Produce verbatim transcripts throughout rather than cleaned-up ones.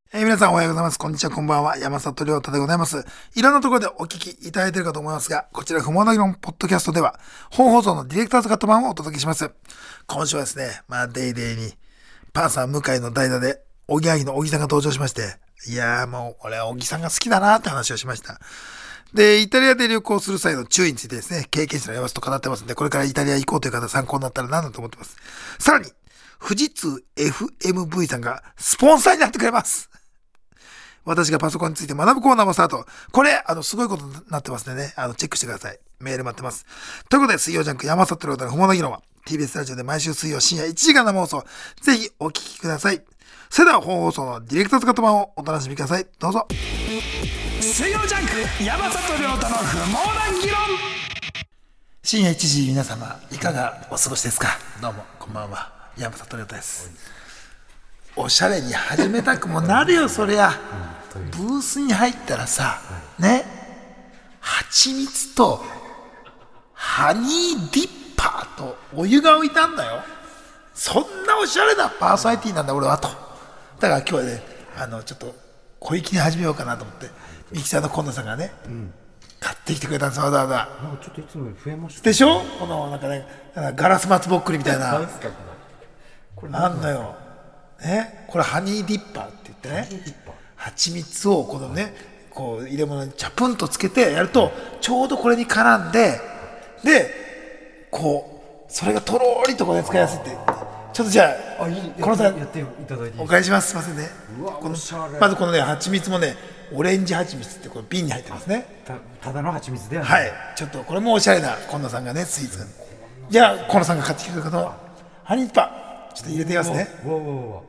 えー皆さんおはようございます。こんにちは、こんばんは。山里亮太でございます。いろんなところでお聞きいただいているかと思いますが、こちら、不毛な議論ポッドキャストでは、本放送のディレクターズカット版をお届けします。今週はですね、まあ、デイデイに、パンサー向井の代打で、おぎやはぎの小木さんが登場しまして、いやーもう、俺は小木さんが好きだなって話をしました。で、イタリアで旅行する際の注意についてですね、経験者の山里と語ってますんで、これからイタリア行こうという方参考になったらなと思ってます。さらに、富士通 エフエムブイ さんがスポンサーになってくれます。私がパソコンについて学ぶコーナーもスタート。これ、あの、すごいことになってますんでね、あの、チェックしてください。メール待ってます。ということで、水曜ジャンク山里亮太の不毛な議論は、ティービーエス ラジオで毎週水曜深夜いちじかん生放送、ぜひお聞きください。それでは本放送のディレクターズカット版をお楽しみください。どうぞ。 水曜ジャンク山里亮太の不毛な議論。 深夜いちじ、皆様、いかがお過ごしですか？どうも、こんばんは。山里亮太です。おしゃれに始めたくもなるよ、そりゃ。ブースに入ったらさ、ね、蜂蜜とハニーディッパーとお湯が置いたんだよ。そんなおしゃれなパーソナリティなんだ俺はと。だから今日はね、あのちょっと小粋に始めようかなと思って、ミキサーの今野さんがね、うん、買ってきてくれたんですわざわざ。 なんかちょっといつもより増えました、ね、 でしょ？このなんかね、なんかガラス松ぼっくりみたいな。 なんすかこれ。 なんだよ。ね、これハニーディッパーって言ってね、蜂蜜をこのね、こう入れ物にチャプンとつけてやるとちょうどこれに絡んで、でこうそれがとろーりとこう、ね、使いやすいって。ちょっとじゃあ、 あいいこのさんやっていただいていいお返しします。すいませんね。このまずこのね蜂蜜もね、オレンジ蜂蜜ってこの瓶に入ってますね。 た, ただの蜂蜜ではない。はい、ちょっとこれもおしゃれな今野さんがねスイーツ。じゃあ今野さんが買ってきてくれたのハニーディッパー。ちょっと入れてみますね。 おおお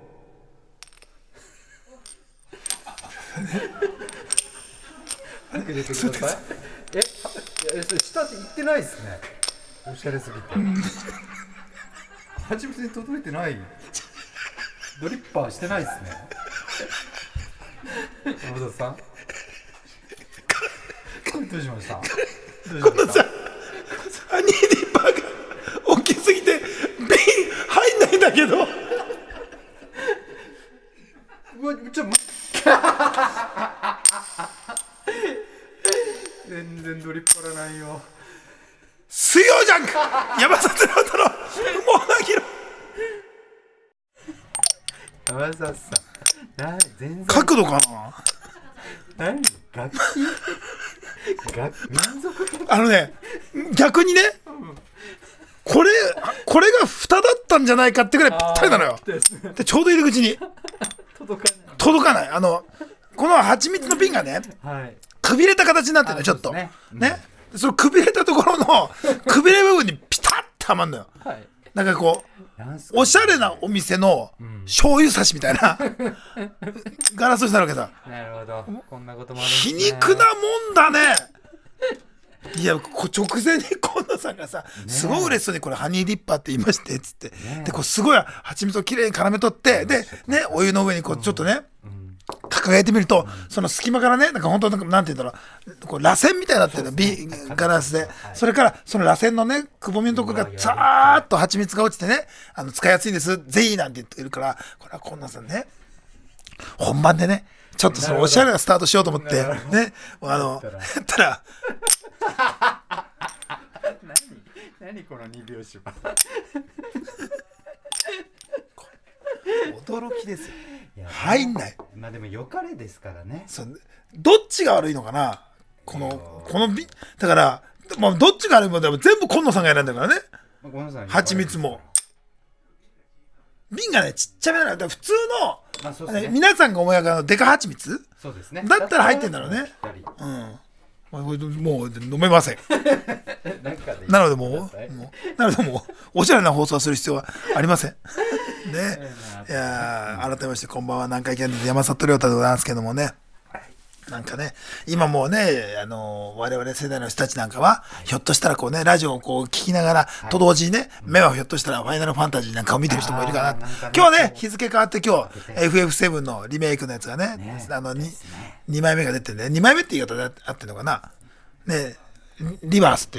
入れてください。え、え、それ下って言ってないですね。おしゃれすぎて。蜂蜜に届いてない。ドリッパーしてないですね。山田さん。どうしました？ 今野さん、ハニーディッパーが大きすぎて瓶入んないんだけど。 うわ、ちょっと全然ドリッパーないよ。 水曜ジャンク山里亮太の不毛な議論。 山里さん、な全然角度かな。 何楽器楽民族あのね、逆にね、これこれが蓋だったんじゃないかってぐらいぴったりなのよ。でちょうど入り口に届かない。 届かない。あのこの蜂蜜の瓶がね、はい、くびれた形になってるのちょっとね、ね、うん、そのくびれたところのくびれ部分にピタッとはまるのよ、はい、なんかこうおしゃれなお店の醤油差しみたいな、うん、ガラスになるわけさ。 なるほど、こんなこともあるんですね。 皮肉なもんだね。いや、直前に今野さんがさ、すごい嬉しそうにこれハニーディッパーって言いましてっつって、でこうすごい蜂蜜をきれいに絡め取って、でね、お湯の上にこうちょっとね、掲げてみると、その隙間からね、なんか本当なんかなんて言うんだろう、こう螺旋みたいになってるの、ビガラスで、それからその螺旋のねくぼみのところがザーッと蜂蜜が落ちてね、あの使いやすいんです、ぜひなんて言ってるから、これは今野さんね、本番でね、ちょっとそのおしゃれなスタートしようと思ってね、あのやったら何何このにびょう芝驚きですよ。入んない。 まあでも良かれですからね。 そう、どっちが悪いのかな、このこの瓶だから、まあ、どっちが悪いもでも全部今野さんが選んだからね、蜂蜜も瓶がねちっちゃめなの。だから普通の、まあそうですね、皆さんが思い上がるのデカ蜂蜜、 そうですね、 だったら入ってんだろうね。うん、まあ、もう飲めません。なのでもう、もうなのでもうおしゃれな放送をする必要はありません。ね、いや改めましてこんばんは、南海キャンディーズ山里亮太でございますけどもね、なんかね、今もうね、あの我々世代の人たちなんかは、ひょっとしたらこうね、ラジオをこう聞きながら、と同時にね、目はひょっとしたらファイナルファンタジーなんかを見てる人もいるかな。今日はね、日付変わって今日 エフエフセブン のリメイクのやつがね、あの 2, にまいめが出てるんで、にまいめって言い方であってるのかな、ね、リバースっていう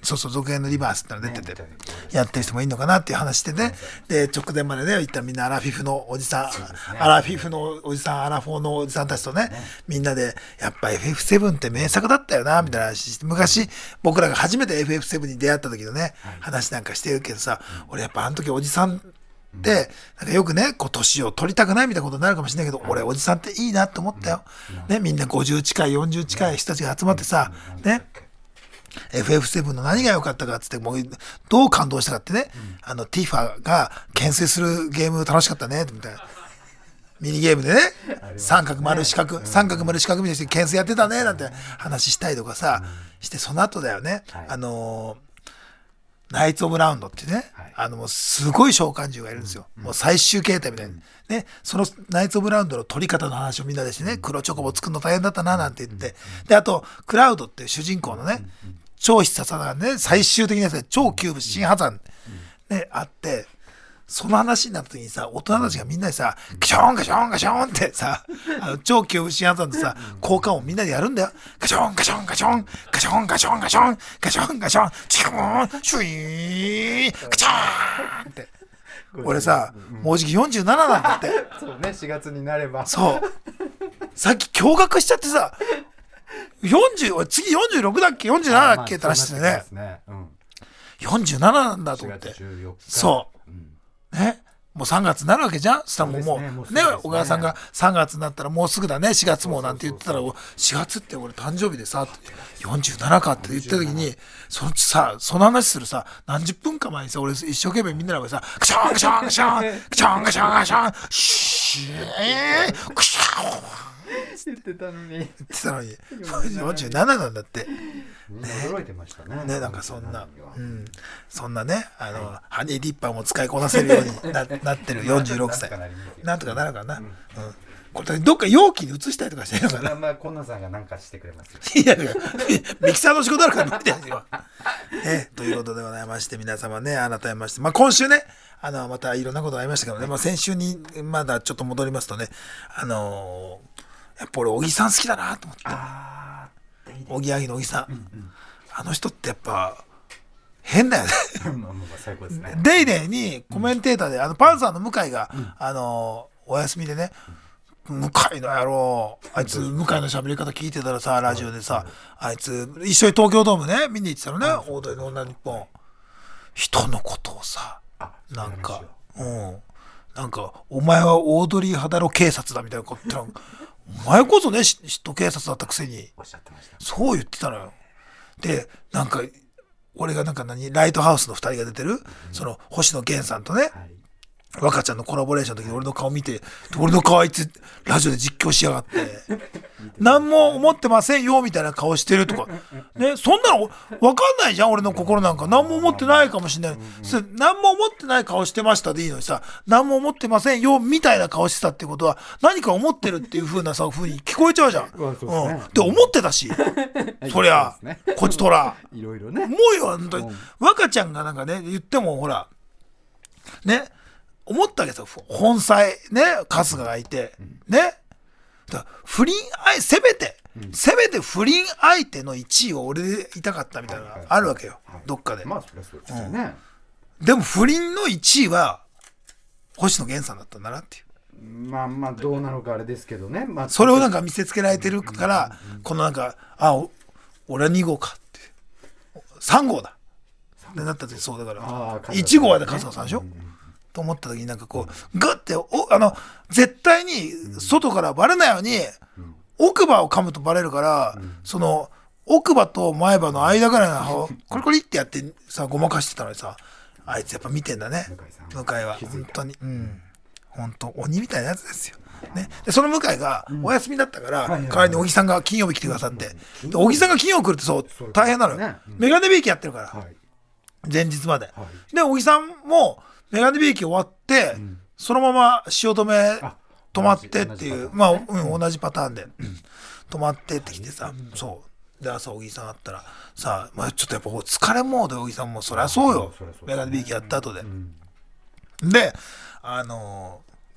そうそう続編のリバースってのが出てて、やってる人もいるのかなっていう話してね、で直前までね言ったらみんなアラフィフのおじさん、アラフィフのおじさん、アラフォーのおじさんたちとね、みんなでやっぱ エフエフセブン って名作だったよなみたいな話して、昔僕らが初めて エフエフセブン に出会った時のね話なんかしてるけどさ、俺やっぱあの時おじさんでなんかよくねこう年を取りたくないみたいなことになるかもしれないけど、俺おじさんっていいなって思ったよ、ね、みんなごじゅう近いよんじゅう近い人たちが集まってさね、エフエフセブン の何が良かったかっつってもうどう感動したかってね、あのティファが牽制するゲーム楽しかったねみたいな、ミニゲームでね三角丸四角三角丸四角みたいにして牽制やってたねなんて話したりとかさして、その後だよね、あのーナイツ・オブ・ラウンドってね、はい、あのもうすごい召喚獣がいるんですよ、うん、もう最終形態みたいな、うん、ね、そのナイツ・オブ・ラウンドの取り方の話をみんなでしてね、うん、黒チョコボ作るの大変だったななんて言って、うん、であとクラウドっていう主人公のね、うん、超必殺技がね最終的なやつで超キューブ新破産、うん、ねあって、その話になった時にさ大人たちがみんなでさガションガションガションってさあの超キューブ新破産でさ効果音みんなでやるんだよ。ガションガションガションガションガションガションガションガションチコーンシュイーンガチャーンって、俺さもうじきよんじゅうなななんだって。 そうね、しがつになれば。そうさっき驚愕しちゃってさ、よんじゅう次よんじゅうろくだっけよんじゅうななだっけって話してね、よんじゅうなななんだと思って。そうね、もうさんがつになるわけじゃん。そしたらもうもうね、ね、小川さんがさんがつになったらもうすぐだねしがつもなんて言ってたら、しがつって俺誕生日でさよんじゅうななかって言った時に、そのさその話するさ何十分か前にさ俺一生懸命みんなでさクシャンクシャンクシャンクシャンクシャンクシャンシークシャン言ってたのに言ってたのによんじゅうなななんだって。 ね、驚いてましたね。 ね、なんかそんな、うん、そんなね、あの、はい、ハニーディッパーも使いこなせるように な, なってるよんじゅうろくさい。なんとかなるかな。うん。うん、これどっか容器に移したりとかしてるのかな。 まあ、コンナさんがなんかしてくれますよ。 いやいや、ミキサーの仕事あるから無理ですよ。ね、ということでございまして、皆様ね、改めまして、まあ今週ね、あの、またいろんなことがありましたけどね、まあ先週にまだちょっと戻りますとね、あのー、やっぱ俺、小木さん好きだなと思って。おぎやはぎの小木さん、うんうん、あの人ってやっぱ変だよね最高ですね。 デイデイにコメンテーターで、うん、あのパンサーの向井が、うん、あのお休みでね、うん、向井の野郎あいつ向井の喋り方聞いてたらさラジオでさ、あいつ一緒に東京ドームね見に行ってたのね、オードリーの女日本、人のことをさなんかうんなんかお前はオードリー派だろ警察だみたいなことお前こそね嫉妬警察だったくせにおっしゃってました。 そう言ってたのよ。でなんか俺がなんか何ライトハウスのふたりが出てる、うん、その星野源さんとね、はい、若ちゃんのコラボレーションの時に俺の顔見て、俺の顔あいつラジオで実況しやがって何も思ってませんよみたいな顔してるとかね、そんなの分かんないじゃん俺の心なんか。何も思ってないかもしれない、何も思ってない顔してましたでいいのにさ、何も思ってませんよみたいな顔してたってことは何か思ってるっていう風なさ風に聞こえちゃうじゃん。うん、で思ってたしそりゃこっちとらいろいろねもうよ本当に若ちゃんがなんかね言ってもほらね思ったわけですよ。本妻ね春日がいて、うん、ねだ不倫相せめて、うん、せめて不倫相手のいちいを俺でいたかったみたいなのがあるわけよ、はいはい、どっかで。 まあそりゃそうですよね、 うん、でも不倫のいちいは星野源さんだったんだなっていう。 まあまあどうなのかあれですけどね、まあ、 それをなんか見せつけられてるから、うんうんうん、このなんかあ俺はに号かってさん号だってなった時そうだからいち号はで春日さんでしょ、うんうんと思った時になんかこうグッておあの絶対に外からバレないように奥歯を噛むとバレるから、うん、その奥歯と前歯の間ぐらいの歯をコリコリってやってさごまかしてたのにさ、あいつやっぱ見てんだね向井は本当にうん本当鬼みたいなやつですよ、ね、でその向井がお休みだったから、うん、代わりに小木さんが金曜日来てくださって、うん、で小木さんが金曜来るってそう大変なのよ、ねうん、メガネビーキやってるから、はい、前日まで、はい、で小木さんもメガネビーキ終わって、うん、そのまま汐留泊まってっていうまあ、うん、同じパターンで、うん、泊まってってきてさ、うん、そうで朝小木さんあったらさ、まあ、ちょっとやっぱ疲れモードで小木さんもそりゃそうよメガネビーキやった後で、うん、であの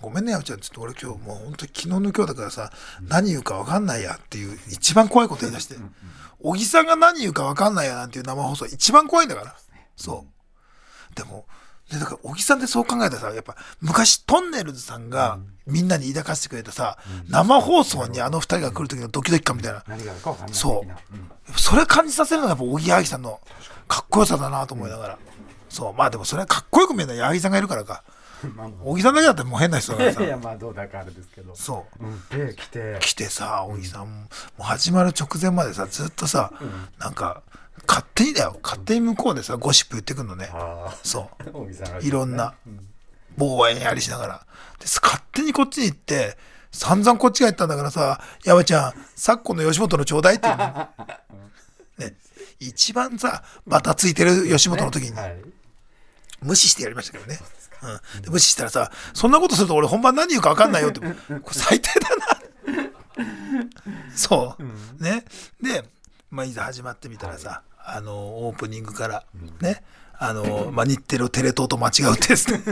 ごめんねやぶちゃん」っつって俺今日もう本当に昨日の今日だからさ、うん、何言うか分かんないやっていう一番怖いこと言い出して小木さんが何言うか分かんないやなんていう生放送一番怖いんだから。そうでもでだから小木さんってそう考えたらさやっぱ昔トンネルズさんがみんなに言い抱かせてくれたさ、うん、生放送にあの二人が来る時のドキドキ感みたいな、 何があるか分かんないそう、うん、それ感じさせるのがやっぱ小木矢作さんのかっこよさだなと思いながら、うん、そうまあでもそれはかっこよく見えるのは矢作さんがいるからか小木さんだけだってもう変な人だからさいやまあどうだかあれですけどそう、 うん、で来て来てさ小木さんもう始まる直前までさずっとさ、うん、なんか勝手にだよ勝手に向こうでさゴシップ言ってくんのね、そういろんな妨害やりしながらで勝手にこっちに行って散々こっちが言ったんだからさやばちゃん昨今の吉本のちょうだいって言うの、ね、一番さバタついてる吉本の時に、ねはい、無視してやりましたけどね、うん、で無視したらさそんなことすると俺本番何言うか分かんないよってこれ最低だなそう、うん、ねで、まあ、いざ始まってみたらさ、はいあのオープニングからね、あの、まあ、日テレをテレ東と間違うテスト、うん、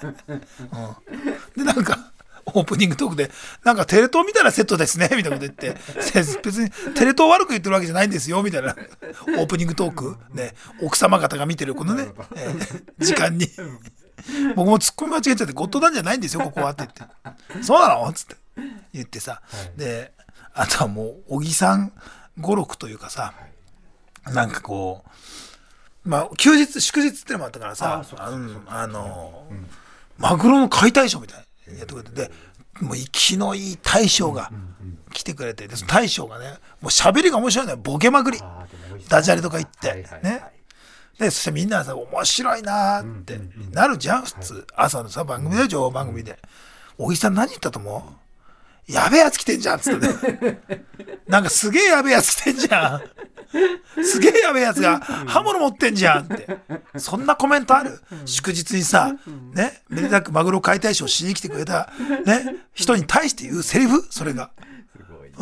でなんかオープニングトークでなんかテレ東みたいなセットですねみたいなこと言って別にテレ東悪く言ってるわけじゃないんですよみたいなオープニングトークね奥様方が見てるこのね、えー、時間に僕もツッコミ間違えちゃってゴッドタンじゃないんですよここはって言ってそうなのっつって言ってさ、はい、であとはもう小木さん語録というかさなんかこうまあ休日祝日ってのもあったからさあの、あのうん、マグロの解体ショーみたいなやってくれてでもう生きのいい大将が来てくれてでその大将がねもう喋りが面白いのよボケまくりダジャレとか言って、はいはいはい、ねでそしてみんなさ面白いなーってなるじゃん普通朝のさ番組で情報番組で小木さん何言ったと思うやべえやつ来てんじゃんっつってねなんかすげえやべえやつ来てんじゃんすげえやべえやつが刃物持ってんじゃんってそんなコメントある祝日にさねめでたくマグロ解体ショーしに来てくれたね人に対して言うセリフそれがうん、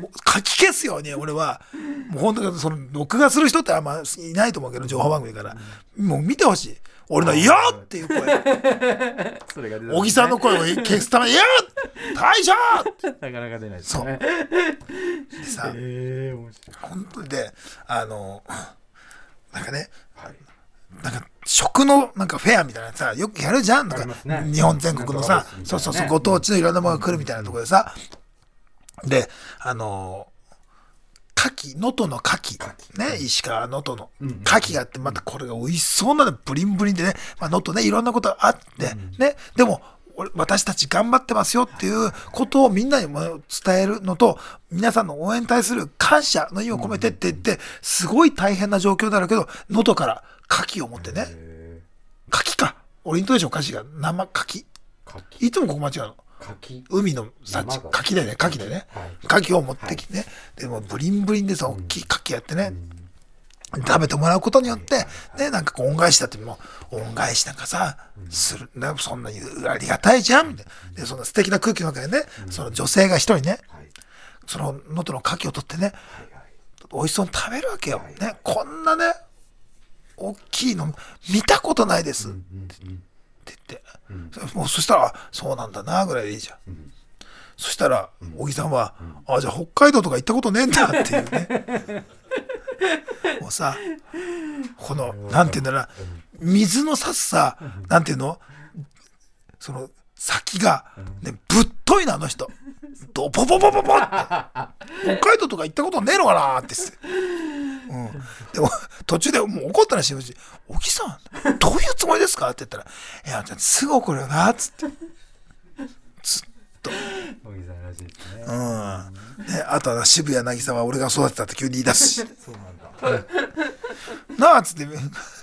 書き消すように俺はもう本当にその録画する人ってあんまいないと思うけど情報番組からもう見てほしい俺の「よっ!」っていう声それが出たんですね、小木さんの声を消すために「よっ大将!」 なかなか出ないですね。 そうでさ、えー、面白い本当にであのなんかね、はい、なんか食のなんかフェアみたいなさよくやるじゃんなんか、ね、日本全国のさ、ね、そうそうそうご当地のいろんなものが来るみたいなところでさ、うん、であの牡蠣能登の牡蠣ね石川能登の牡蠣があってまたこれが美味しそうなのブリンブリンでね能登ねいろんなことがあってねでも私たち頑張ってますよっていうことをみんなに伝えるのと皆さんの応援に対する感謝の意を込めてって言ってすごい大変な状況だろうけど能登から牡蠣を持ってね牡蠣か俺イントネーションおかしいが生牡蠣いつもここ間違うの海の幸牡蠣だよね牡蠣だよね牡蠣を持ってきてねでもブリンブリンでさ大きい牡蠣やってね食べてもらうことによってねなんかこう恩返しだっても恩返しなんかさするそんなありがたいじゃんでそんな素敵な空気の中でねその女性が一人ねその能登の牡蠣を取ってね美味しそうに食べるわけよねこんなね大きいの見たことないですって言ってもうそしたらそうなんだなぐらいでいいじゃんそしたら小木さんはあじゃあ北海道とか行ったことねえんだっていうねもうさこのなんていうんだろうな水の差すさなんていうのその先が、ね、ぶっといなあの人ドポポポポポって北海道とか行ったことねえのかなって言って、うん、でも途中でもう怒ったらしいし小木さんどういうつもりですかって言ったらいやすぐ怒るよなっつってずっと小木さんらしいですね、 うんね、あとは渋谷渚は俺が育てたって急に言い出すしそうなんだなあっつって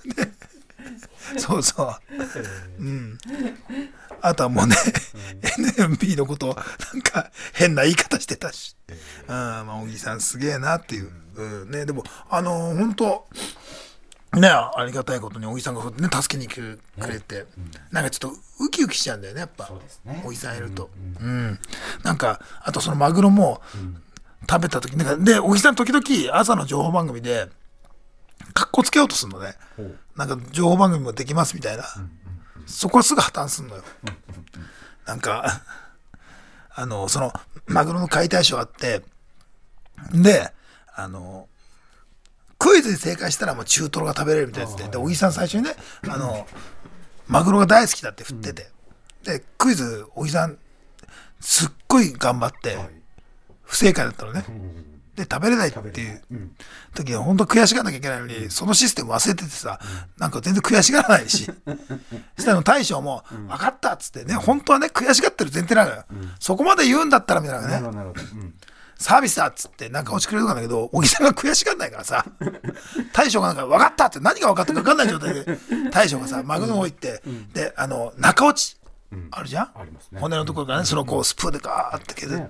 そうそう、うん、あとはもうね、うん、エヌエムビー のことをなんか変な言い方してたし、うんまあ、小木さんすげえなっていう、うんね、でもあのー、本当ねありがたいことに小木さんが、ね、助けに来てくれて、ねうん、なんかちょっとウキウキしちゃうんだよねやっぱそうですね小木さんいると、うんうんうん、なんかあとそのマグロも食べた時なんかで小木さん時々朝の情報番組でカッコつけようとするのね、うん、なんか情報番組もできますみたいな、うんうんうん、 そこはすぐ破綻すんのよ。なんかあのそのマグロの解体ショーあって、であのクイズに正解したらもう中トロが食べれるみたいなやつで、で小木さん最初にねあのマグロが大好きだって振ってて、でクイズ小木さんすっごい頑張って不正解だったのね。で食べれないっていう時は本当悔しがらなきゃいけないのに、そのシステム忘れててさ、なんか全然悔しがらないし、したら大将も分かったっつってね、本当はね悔しがってる前提なのよ。そこまで言うんだったらみたいなね、サービスだっつってなんか落ちくれるんだけど、小木さんが悔しがらないからさ、大将がなんか分かったって何が分かったか分かんない状態で大将がさマグロの方行って、であの中落ちあるじゃん、骨のところからね、そのこうスプーンでガーって削って、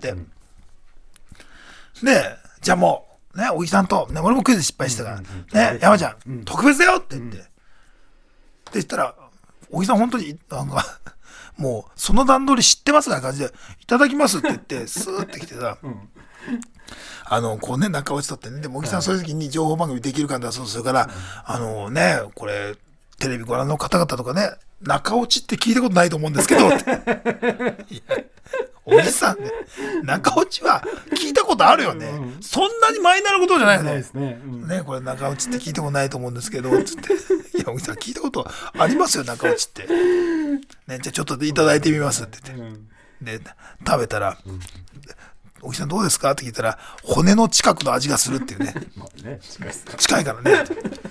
でじゃあもうね小木さんと、ね、俺もクイズ失敗したから、ね山ちゃん特別だよって言って、って言ったら小木さん本当になんかもうその段取り知ってますみたいな感じでいただきますって言ってスーってきてさ、あのこうね中落ちとってね、でも小木さんそういう時に情報番組できるかだそうするから、あのねこれテレビご覧の方々とかね中落ちって聞いたことないと思うんですけどっていやおじさんね中落ちは聞いたことあるよね、うんうん、そんなにマイナーなことじゃないよね。ないですね、うん、ねこれ中落ちって聞いたことないと思うんですけどつっていやおじさん聞いたことありますよ中落ちって、ね、じゃあちょっといただいてみますって言って、うん、で食べたら、うん、おじさんどうですかって聞いたら骨の近くの味がするっていうねまあね近いですか近いからね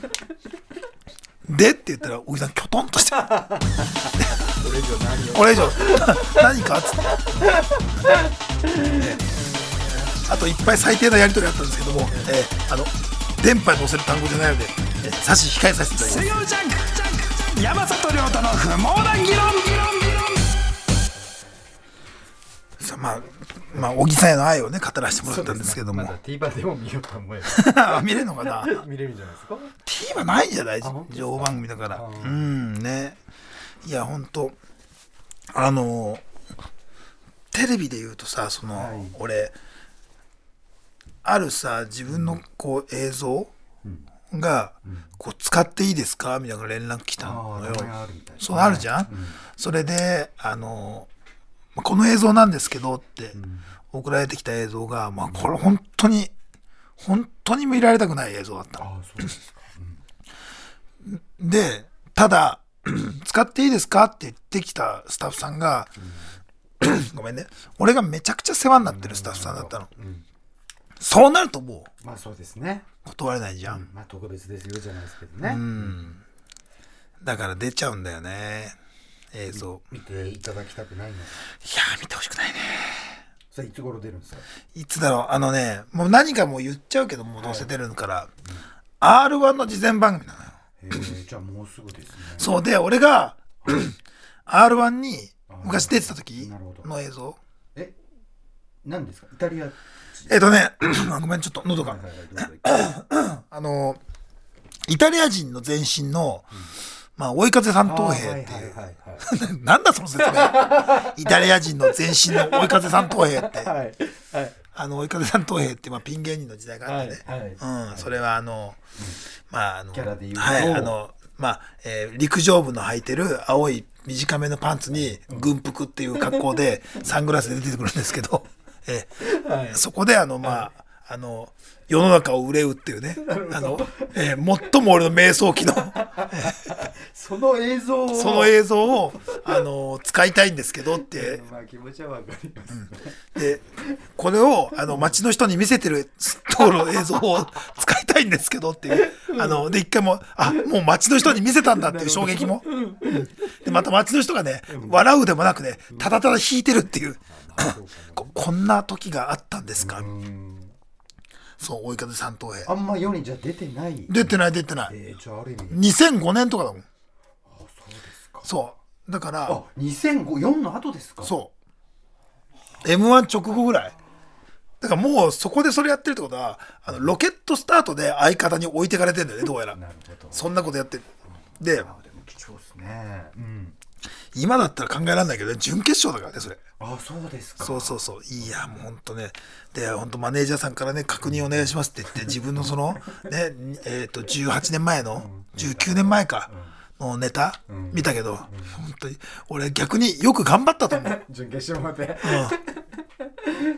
でって言ったらおじさんきょとんとしてこれ以上何をこれ以上何かっつって、ね、あといっぱい最低なやり取りあったんですけども、えー、あの電波に載せる単語じゃないので、えー、差し控えさせていただきます。 水曜ジャンク山里亮太の不毛な議論さあまあまあ小木さんへの愛をね語らせてもらったんですけども、 まだ TVer でも見ようと思えば見れるのかな見れるんじゃないですか。 TVer ないんじゃない情報番組だから。うんね、いやほんとあのテレビで言うとさその、はい、俺あるさ自分のこう映像がこう使っていいですかみたいな連絡来たのよ。そうあるじゃん、うん、それであのこの映像なんですけどって送られてきた映像が、まあ、これ本当に本当に見られたくない映像だったの。ああそうですか、うん、でただ使っていいですかって言ってきたスタッフさんが、うん、ごめんね俺がめちゃくちゃ世話になってるスタッフさんだったの、うん、そうなるともうまあそうですね断れないじゃん、 うん、まあ特別ですよじゃないですけどね、 うん、だから出ちゃうんだよね映像。 見ていただきたくないの？いや見てほしくないね。 それいつ頃出るんですか？ いつだろうあのねもう何かもう言っちゃうけどもうどうせ出るから、はいうん、アールワン の事前番組なのよ。 へーじゃあもうすぐですね。 そうで俺がアールワン に昔出てた時の映像。 え何ですか？イタリアえっとねごめんちょっと喉があのイタリア人の前身の、うんまあ、追い風三等兵っていう。なんだその説明。イタリア人の前身の追い風三等兵って。はいはい、あの、追い風三等兵って、まあ、ピン芸人の時代があってね。はいはい、うん、それはあの、うん、まあ、あの、キャラで言うとはい、あの、まあ、えー、陸上部の履いてる青い短めのパンツに軍服っていう格好でサングラスで出てくるんですけど、えーはい、そこであの、まあ、あの、世の中を憂うっていうね、あの、えー、最も俺の迷走期のその映像をその映像をあの使いたいんですけどって、 まあ気持ちはわかります、ねうん、でこれをあの街の人に見せてるところの映像を使いたいんですけどっていうあので一回もあもう街の人に見せたんだっていう衝撃も、うん、でまた街の人がね笑うでもなくねただただ弾いてるっていうこ, こんな時があったんですか。そう追い風三等兵あんま世にじゃ出てない出てない出てない、えー、じゃあある意味にせんごねんとかだもん。あそうですか。そうだからあにせんご、よんの後ですか。 そう エムワン 直後ぐらいだからもうそこでそれやってるってことはあのロケットスタートで相方に置いてかれてんだよねどうやら。なるほどそんなことやってるで、 でも貴重ですね、うん、 今だったら考えられないけど、ね、準決勝だからねそれ。 あそうですか。 そうそうそういやもうほんとねでほんとマネージャーさんからね確認お願いしますって言って自分のそのねえっとじゅうはちねんまえのじゅうきゅうねんまえかのネタ、 うん、 見たけど、うん、本当に俺逆によく頑張ったと思う準決勝まで、 うん、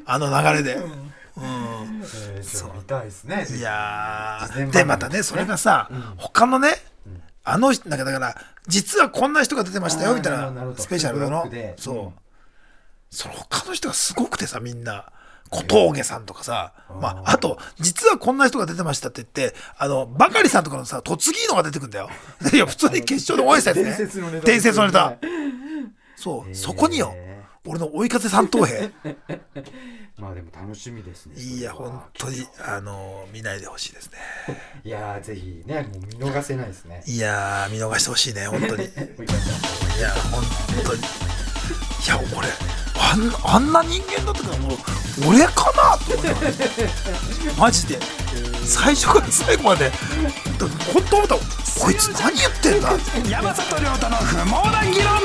あの流れで、うんうんえー、そう見たいですね。 いやでまたねそれがさ、うん、他のね、うん、あの人だから実はこんな人が出てましたよみたいなスペシャルのそう、うん、その他の人がすごくてさみんな小峠さんとかさ、えー、まあ、あと実はこんな人が出てましたって言ってあのバカリさんとかのさ突撃のが出てくんだよいや普通に決勝で応援したやつね伝説のネタ、伝説のネタそう、えー、そこによ俺の追い風三等兵まあでも楽しみですね。 いや本当にあの見ないでほしいですね。 いやぜひねもう見逃せないですね。 いや見逃してほしいね本当にいや本当にいや俺あんあんな人間だったからもう俺かなと思ってマジで最初から最後まで本当思ったこいつ何言ってんだ山里亮太の不毛な議論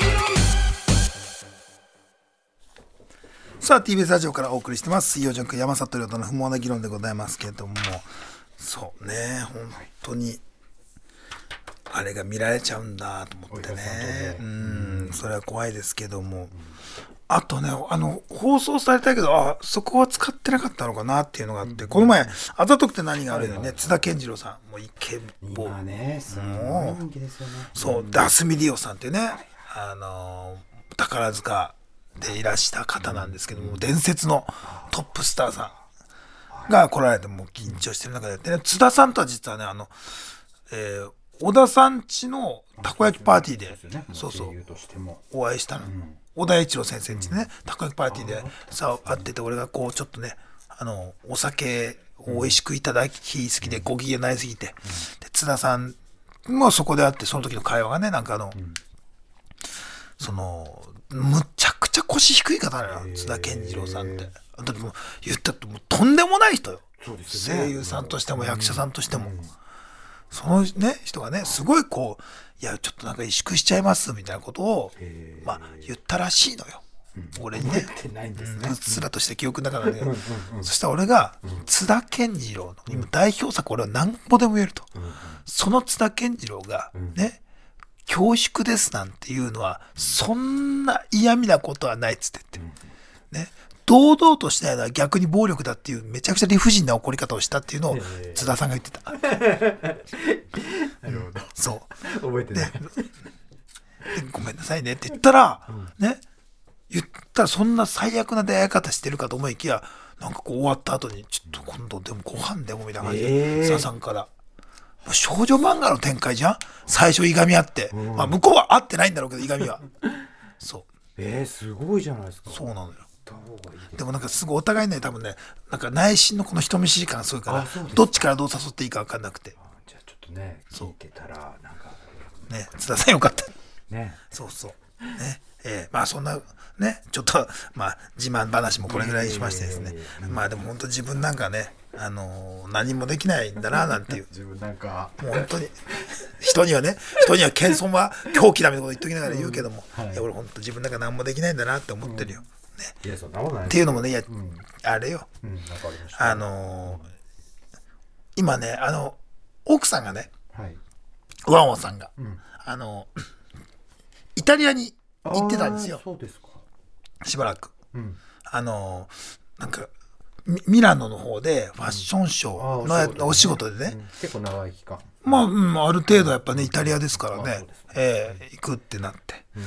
さあ ティービーエス ラジオからお送りしてます水曜ジャンク山里亮太の不毛な議論でございますけれどもそうね本当にあれが見られちゃうんだと思ってねうんそれは怖いですけどもあとねあの放送されたけどあそこは使ってなかったのかなっていうのがあってこの前あざとくて何があるよね津田健次郎さんもうイケボ今ねすごい人気ですよねそうダスミディオさんっていうねあの宝塚でいらした方なんですけども伝説のトップスターさんが来られてもう緊張してる中でやってね津田さんとは実はねあの、えー、小田さん家のたこ焼きパーティーでそうそうお会いしたの、うん、小田栄一郎先生家でねたこ焼きパーティーでさ会ってて俺がこうちょっとねあのお酒を美味しくいただき好きでご機嫌になりすぎてで津田さんもそこで会ってその時の会話がねなんかあの、うん、そのむちゃくちゃ腰低い方なのよ津田健次郎さんって。だってもう言ったってもうとんでもない人よ。そうですよね、声優さんとしても役者さんとしても、うん、そのね人がねすごいこういやちょっとなんか萎縮しちゃいますみたいなことをまあ言ったらしいのよ。うん、俺にねうっすらとして記憶の中で、ね、そしたら俺が、うん、津田健次郎の今代表作俺は何ぼでも言えると、うん、その津田健次郎がね、うん、恐縮ですなんていうのはそんな嫌味なことはないっつって言って、うん、ね堂々としないのは逆に暴力だっていうめちゃくちゃ理不尽な怒り方をしたっていうのを津田さんが言ってた。 なるほど。 そう覚えてない。 ごめんなさいねって言ったら、うん、ね言ったらそんな最悪な出会い方してるかと思いきやなんかこう終わった後にちょっと今度でもご飯でもみたいな感じで津田さんから。少女漫画の展開じゃん最初いがみ合って、うん、まあ向こうは会ってないんだろうけどいがみはそうえー、すごいじゃないですか。 そうなのよ。でもなんかすごいお互いね多分ねなんか内心のこの人見知り感がすごいからどっちからどう誘っていいか分かんなくてじゃあちょっとね聞いてたらなんかね津田さんよかったねそうそうねえー、まあそんなねちょっとまあ自慢話もこれぐらいにしましてですね、えー、まあでも本当自分なんかねあのー、何もできないんだななんていう自分なんかもう本当に人にはね人には謙遜は狂気だみたいなこと言っときながら言うけども、うんはい、いや俺本当自分なんか何もできないんだなって思ってるよ、うんね、 いやそんなことないっていうのもねいや、うん、あれよ、 うん、なんかありました、 あのー、今ねあの奥さんがね、はい、ワンワンさんが、うん、あのイタリアに行ってたんですよ。 そうですかしばらく、うん、あのなんかミラノの方でファッションショーの、うん、お仕事でね、うん、 結構長い期間まあ、うん、ある程度やっぱねイタリアですからね、ねえー、行くってなって、うん、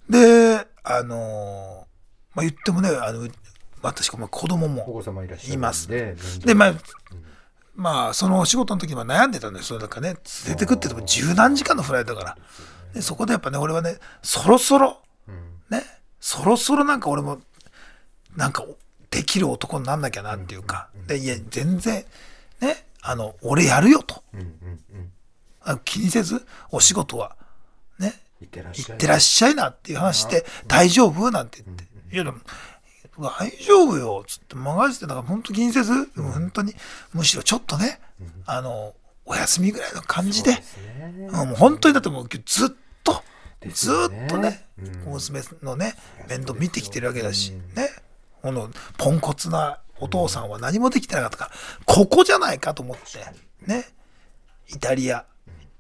であのーまあ、言ってもねあの私も子供もいますでで、まあ、うん、まあそのお仕事の時は悩んでたんですよ。だからね連れてくって言っても十何時間のフライトだからでそこでやっぱね俺はねそろそろ、うん、ねそろそろなんか俺もなんかできる男になんなきゃなっていうか、うんうんうん、でいや全然ねあの俺やるよと、うんうんうん、気にせずお仕事はね行ってらっしゃいなっていう話して大丈夫なんて言って、うんうん、いやでも大丈夫よつって任せてだから本当気にせず、うん、本当にむしろちょっとね、うん、あのお休みぐらいの感じで、ねうん、もう本当にだってもうずっと、ね、ずっとね、うん、娘のね面倒見てきてるわけだし、うん、ねこのポンコツなお父さんは何もできてなかったからここじゃないかと思ってねイタリア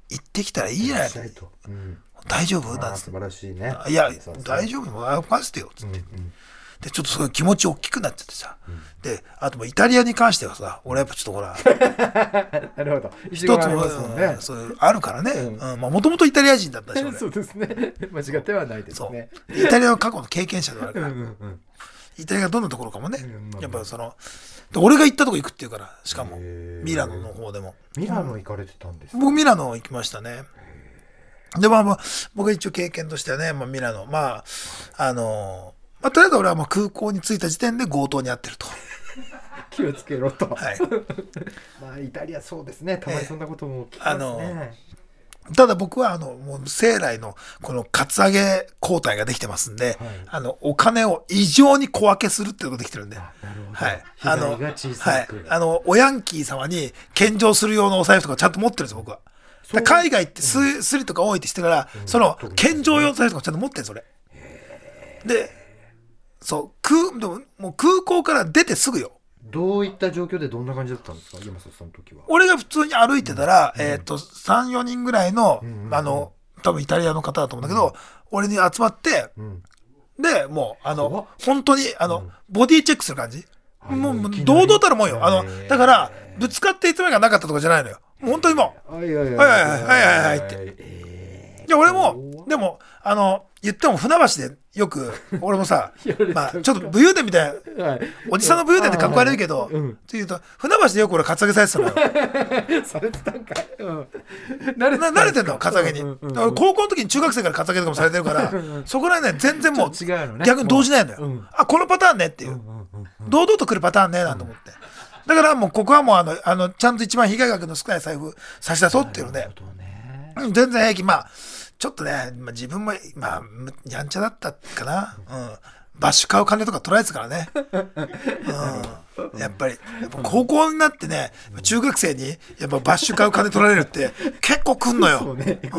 行ってきたらいいじゃないしたいと、うん、 大丈夫あなんつってー素晴らしいね。 いやそうそう大丈夫任せてよつって、 うんうんでちょっとすごい気持ち大きくなっちゃってさ、うん、であともうイタリアに関してはさ俺やっぱちょっとほらなるほど一つも、ね、そうあるからね、うん、もともとイタリア人だったし俺そうですね間違ってはないですね。 イタリアの過去の経験者であるからうんうん、うん、 イタリアがどんなところかもね、 うん、 やっぱそので俺が行ったとこ行くっていうからしかもミラノの方でもミラノ行かれてたんですか。 僕ミラノ行きましたね。でまあまあ僕は一応経験としてはね、まあ、ミラノまああのまあ、とりあえず俺はもう空港に着いた時点で強盗に遭ってると気をつけろと、 はい、 まあイタリアそうですね、たまにそんなことも聞きますね、 あのただ僕はあのもう生来のこのカツアゲ抗体ができてますんで、はい、あのお金を異常に小分けするっていうことができてるんで、 なるほど、 はい、 あのが小さく、 はい、あのおヤンキー様に献上する用のお財布とかちゃんと持ってるんですよ僕は。海外ってス、うん、スリとか多いってしてから、うん、その献上用の財布とかちゃんと持ってるんですそれでそう空でももう空港から出てすぐよ。 どういった状況でどんな感じだったんですか山里さんの時は。俺が普通に歩いてたら、うん、えっ、ー、とさんよにんぐらいの、うんうん、あの多分イタリアの方だと思うんだけど、うん、俺に集まって、うん、でもうあの本当にあの、うん、ボディチェックする感じ、うん、もう堂々たるもんよ。あのだからぶつかっていつまでがなかったとかじゃないのよ。もう本当にもうはいはいはいはいはいはいって。いや俺もでもあの言っても船橋でよく俺もさまあちょっと武勇伝みたいな、はい、おじさんの武勇伝ってかっこ悪いけど、うん、っていうと船橋でよく俺カツアゲされてたのよされてたんかい、うん、 慣れて慣れてんのカツアゲに、うんうんうん、俺高校の時に中学生からカツアゲとかもされてるからそこら辺ね全然もう違うの、ね、逆に動じないのよ、うん、あこのパターンねっていう、うんうんうんうん、堂々と来るパターンねなんて思って、うん、だからもうここはもうあのあのちゃんと一番被害額の少ない財布差し出そうっていうので、ね、全然平気。まあちょっとね、まあ、自分もまあやんちゃだったかな、うん、バッシュ買う金とか取られてたからね、うん、やっぱりやっぱ高校になってね中学生にやっぱバッシュ買う金取られるって結構くんのよ。そうね、うん、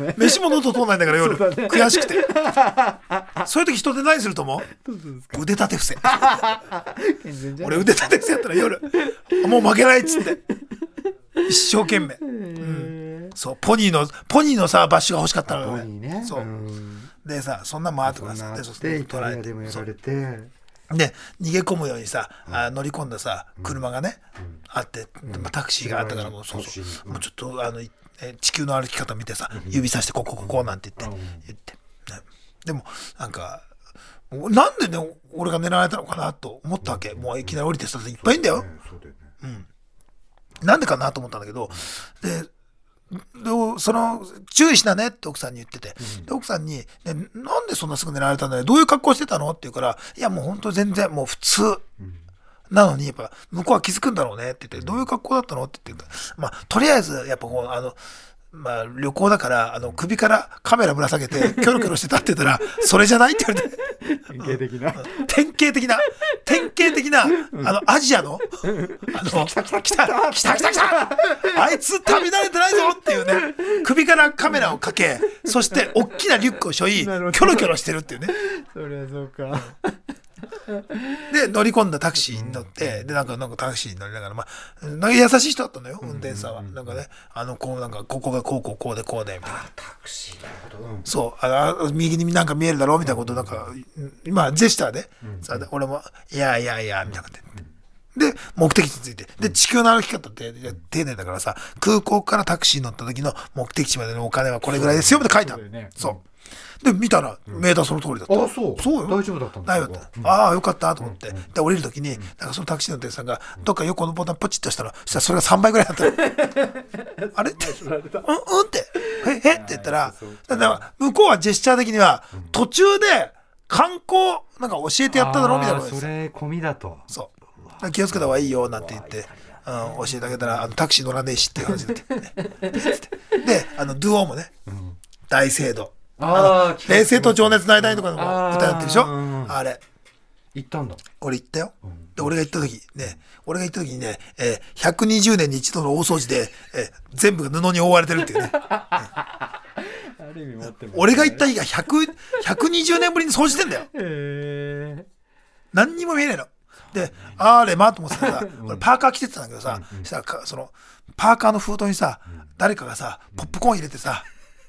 飯も喉通んないんだから夜、ね、悔しくてそういう時人で何すると思う？腕立て伏せ俺腕立て伏せやったら夜もう負けないっつって一生懸命、うん、そうポニーのポニーのさバッシュが欲しかったのよね。ねそうでさそんな回ってくださってそしてイタリアでもやられてで逃げ込むようにさ、うん、あ乗り込んださ車がね、うん、あって、うんまあ、タクシーがあったからもうそうそう、うん、もうちょっとあの地球の歩き方見てさ、うん、指さしてここここなんて言って、うん、言って、ね、でもなんかなんでね俺が狙われたのかなと思ったわけ、うん、もういきなり降りてた人いっぱいいんだよ、そうだよね、うんなんでかなと思ったんだけど、で、でその注意しなねって奥さんに言ってて、うん、で奥さんに、ね、なんでそんなすぐ狙われたんだよどういう格好してたのって言うからいやもう本当全然もう普通、うん、なのにやっぱ向こうは気づくんだろうねって言って、うん、どういう格好だったのって言ってまあとりあえずやっぱこうあのまあ旅行だからあの首からカメラぶら下げてキョロキョロしてたって言ったらそれじゃないって言われて典型的な典型的な典型的なあのアジアのあの来た来た来た来た来た来たあいつ旅慣れてないぞっていうね首からカメラをかけそして大きなリュックを背負いキョロキョロしてるっていうねそりゃそうかで乗り込んだタクシーに乗って、うん、でなんかなんかタクシーに乗りながらまあなんか優しい人だったのよ、運転手さんは、うんうん、なんかねあのこうなんかここがこうこうこうでこうでみたいなタクシーなるほど、うん、 そうあ右になんか見えるだろうみたいなことなんか今ジェスチャーで、うん、さ俺もいやいやいやみたいなこと言ってで目的地についてで地球の歩き方って丁寧だからさ空港からタクシーに乗った時の目的地までのお金はこれぐらいですよって書いてある、ね、そうで見たらメーターその通りだった、うん、 あそうそうよ大丈夫だったんですか、 うん、ああよかったと思って、うん、で降りる時になんかそのタクシーの運転手さんがどっか横のボタンポチッとしたらそしたらそれがさんばいぐらいだったあれってうんうんってええって言ったらだから向こうはジェスチャー的には途中で観光なんか教えてやっただろうみたいなことです。 それ込みだとそう気をつけた方がいいよなんて言って、うん、教えてあげたらあのタクシー乗らねえしっていう話になってであのドゥオーもね、うん、大聖堂ああ冷静と情熱の間にとかの歌になってるでしょ あ,、うん、あれ行ったんだ俺行ったよ、うん、で俺が行った時ね俺が行った時にね、えー、ひゃくにじゅうねんに一度の大掃除で、えー、全部が布に覆われてるっていうね、うん、俺が行った日がひゃく、ひゃくにじゅうねんぶりに掃除してんだよ、えー、何にも見えないのであれまあと思ってたらさ俺パーカー着てたんだけどさ、うんうん、したらそのパーカーの封筒にさ誰かがさポップコーン入れてさ、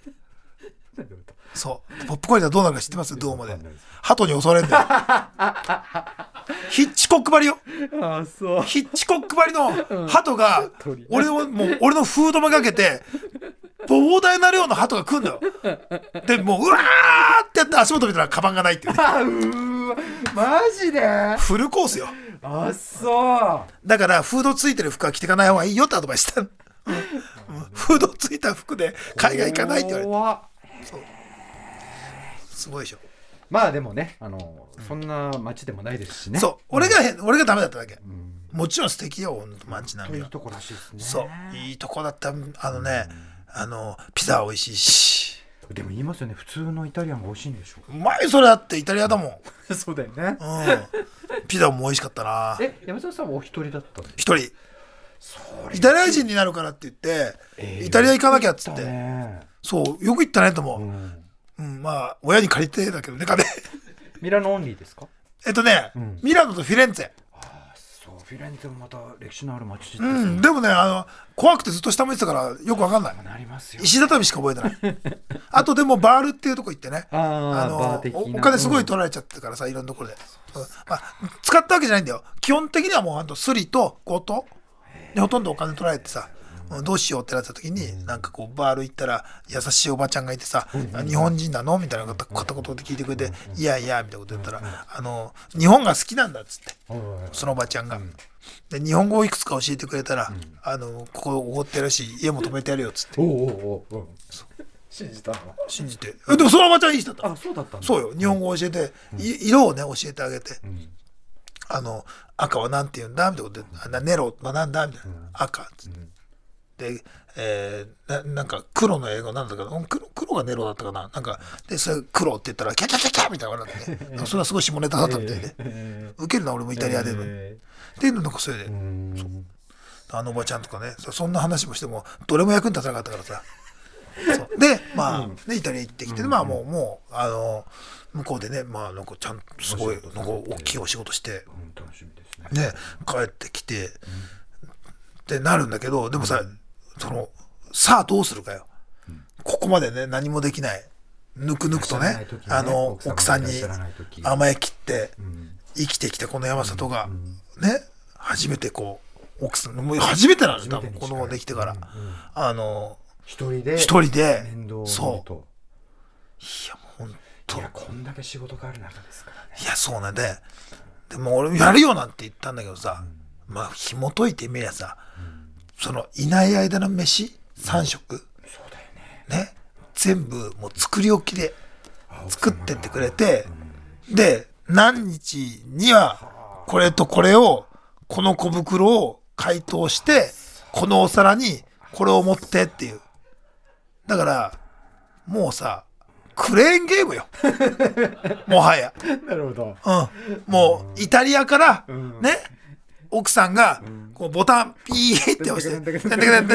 そうポップコーン入れたらどうなるか知ってます？ドームで鳩に襲われるんだよヒッチコック張りよ。 あそうヒッチコック張りの鳩が俺のもう俺のフードめがけて膨大な量の鳩が来るんだよ。でもううわーってやって足元見たらカバンがないっていうね。 あうーわマジでフルコースよ。 あそうだからフードついてる服は着ていかない方がいいよってアドバイスしたの。フードついた服で海外行かないって言われて。そうすごいでしょ。 まあでもね、あの、うん、そんな街でもないですしね。 そう俺が変、うん、俺がダメだっただけ、うん、もちろん素敵よ街並みは。 いいとこらしいですね。 そういいとこだった。あのね、うん、あのピザ美味しいし。 でも言いますよね、普通のイタリアンが美味しいんでしょう。 うまいそれだってイタリアだもんそうだよね、 うん、ピザも美味しかったな。 え山里さんはお一人だったんですか？ 一人。イタリア人になるからって言って、えー、イタリア行かなきゃっつって、ね、そうよく行ったねと思う、うんうん、まあ親に借りてだけどね金ミラノオンリーですか？ えっとね、うん、ミラノとフィレンツェ。 あそうフィレンツェもまた歴史のある街です、 ね、うん、でもねあの怖くてずっと下向いてたからよくわかんない。 なりますよ、 石畳しか覚えてないあとでもバールっていうとこ行ってね、 ああのバー的なお, お金すごい取られちゃってからさ、いろんなところで、うんまあ、使ったわけじゃないんだよ。基本的にはもうあとスリと強盗でほとんどお金取られてさ、うん、どうしようってなった時に、うん、なんかこうバール行ったら優しいおばちゃんがいてさ、うん、日本人なのみたいな片言で聞いてくれて、うん、いやいやみたいなこと言ったら、うん、あの日本が好きなんだっつって、うん、そのおばちゃんが、うん、で日本語をいくつか教えてくれたら、うん、あのここおごってやるし家も泊めてやるよっつって。 おうおうおう信じたの？ 信じて。でもそのおばちゃんいい人だった。 あそうだったんだ。 そうよ、日本語を教えて、うん、色をね教えてあげて、うん、あの赤はなんて言うんだみたいなことで、ネロはなんだみたいな、うん、赤っつって、うん、で、えー、な, なんか黒の英語なんだけど 黒, 黒がネロだったかな、なんかでそれ黒って言ったらキャキャキャキャみたいなのがあってねそれはすごい下ネタだったみたいで、えー、ウケるな俺もイタリアでの、えー、っていうのなんかそれで、うん、そうあのおばちゃんとかね、そんな話もしてもどれも役に立たなかったからさそうでまあ、うんね、イタリア行ってきて、うん、まあもうもうあの向こうでね、まあなんかちゃんとすごいなんか大きいお仕事して、うん、楽しみですね。ね帰ってきて、うん、ってなるんだけど、でもさ、うん、そのさあどうするかよ、うん、ここまでね何もできないぬくぬくと ね, ねあの奥さんに甘えきって、うん、生きてきたこの山里が、うん、ね初めてこう奥さんもう初めてなんです多分子供ができてから、うんうん、あの一人で一人で面倒を見ると、 そういやもう本当いやこんだけ仕事がある中ですからね。 いやそうなんで、でも俺やるよなんて言ったんだけどさ、うん、まあ紐解いてみりゃさ、うん、そのいない間の飯さん食、うん、そうだよね、ね全部もう作り置きで作ってってくれて、うん、で何日にはこれとこれをこの小袋を解凍してこのお皿にこれを持ってっていう。だからもうさクレーンゲームよもはや。 なるほど、 うん、もうイタリアから、うん、ね奥さんがこうボタンピーって押して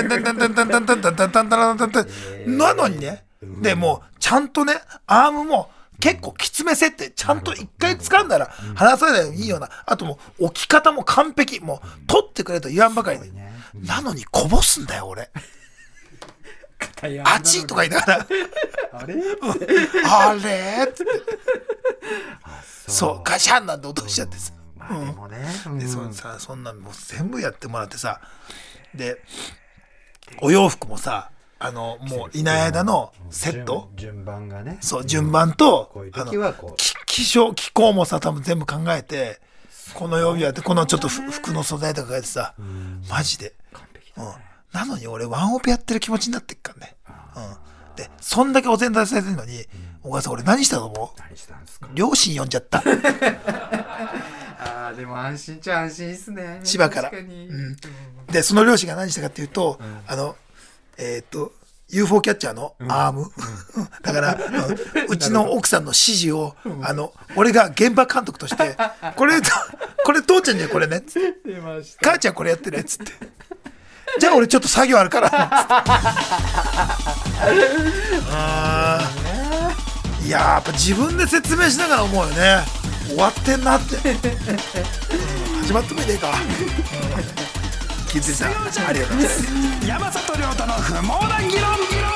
なのにね、でもうちゃんとねアームも結構きつめ設定ちゃんと一回掴んだら離さないでいいような、あともう置き方も完璧、もう取ってくれと言わんばかりで、なのにこぼすんだよ俺あちとか言いながらあれあれってそうガシャンなんて落としちゃってさ、 まあでもね、うん、 でそんさそんなんもう全部やってもらってさ、でお洋服もさあのもういない間のセット順, 順番がね、 そう順番と、 こういう時はこう気象気候もさ多分全部考えてこの曜日はってこのちょっと服の素材とか書いてさ、マジで完璧だね、 うんなのに俺ワンオペやってる気持ちになってっからね、うん、でそんだけお膳立てされてるのに、うん、小川さん俺何したと思う？ 何したんですか？ 両親呼んじゃったあーでも安心っちゃ安心っすね千葉から、うん、でその両親が何したかっていうと、うん、あのえっ、ー、と ユーフォー キャッチャーのアーム、うん、だから、うん、うちの奥さんの指示を、うん、あの俺が現場監督としてこれこれ父ちゃんにはこれねっつって母ちゃんこれやってねっつってじゃあ俺ちょっと作業あるからあいややっぱ自分で説明しながら思うよね、終わってんなって、うん、始まってもいいねえか、うん、 気づいた。ありがとうございます。 山里亮太の不毛な議論議論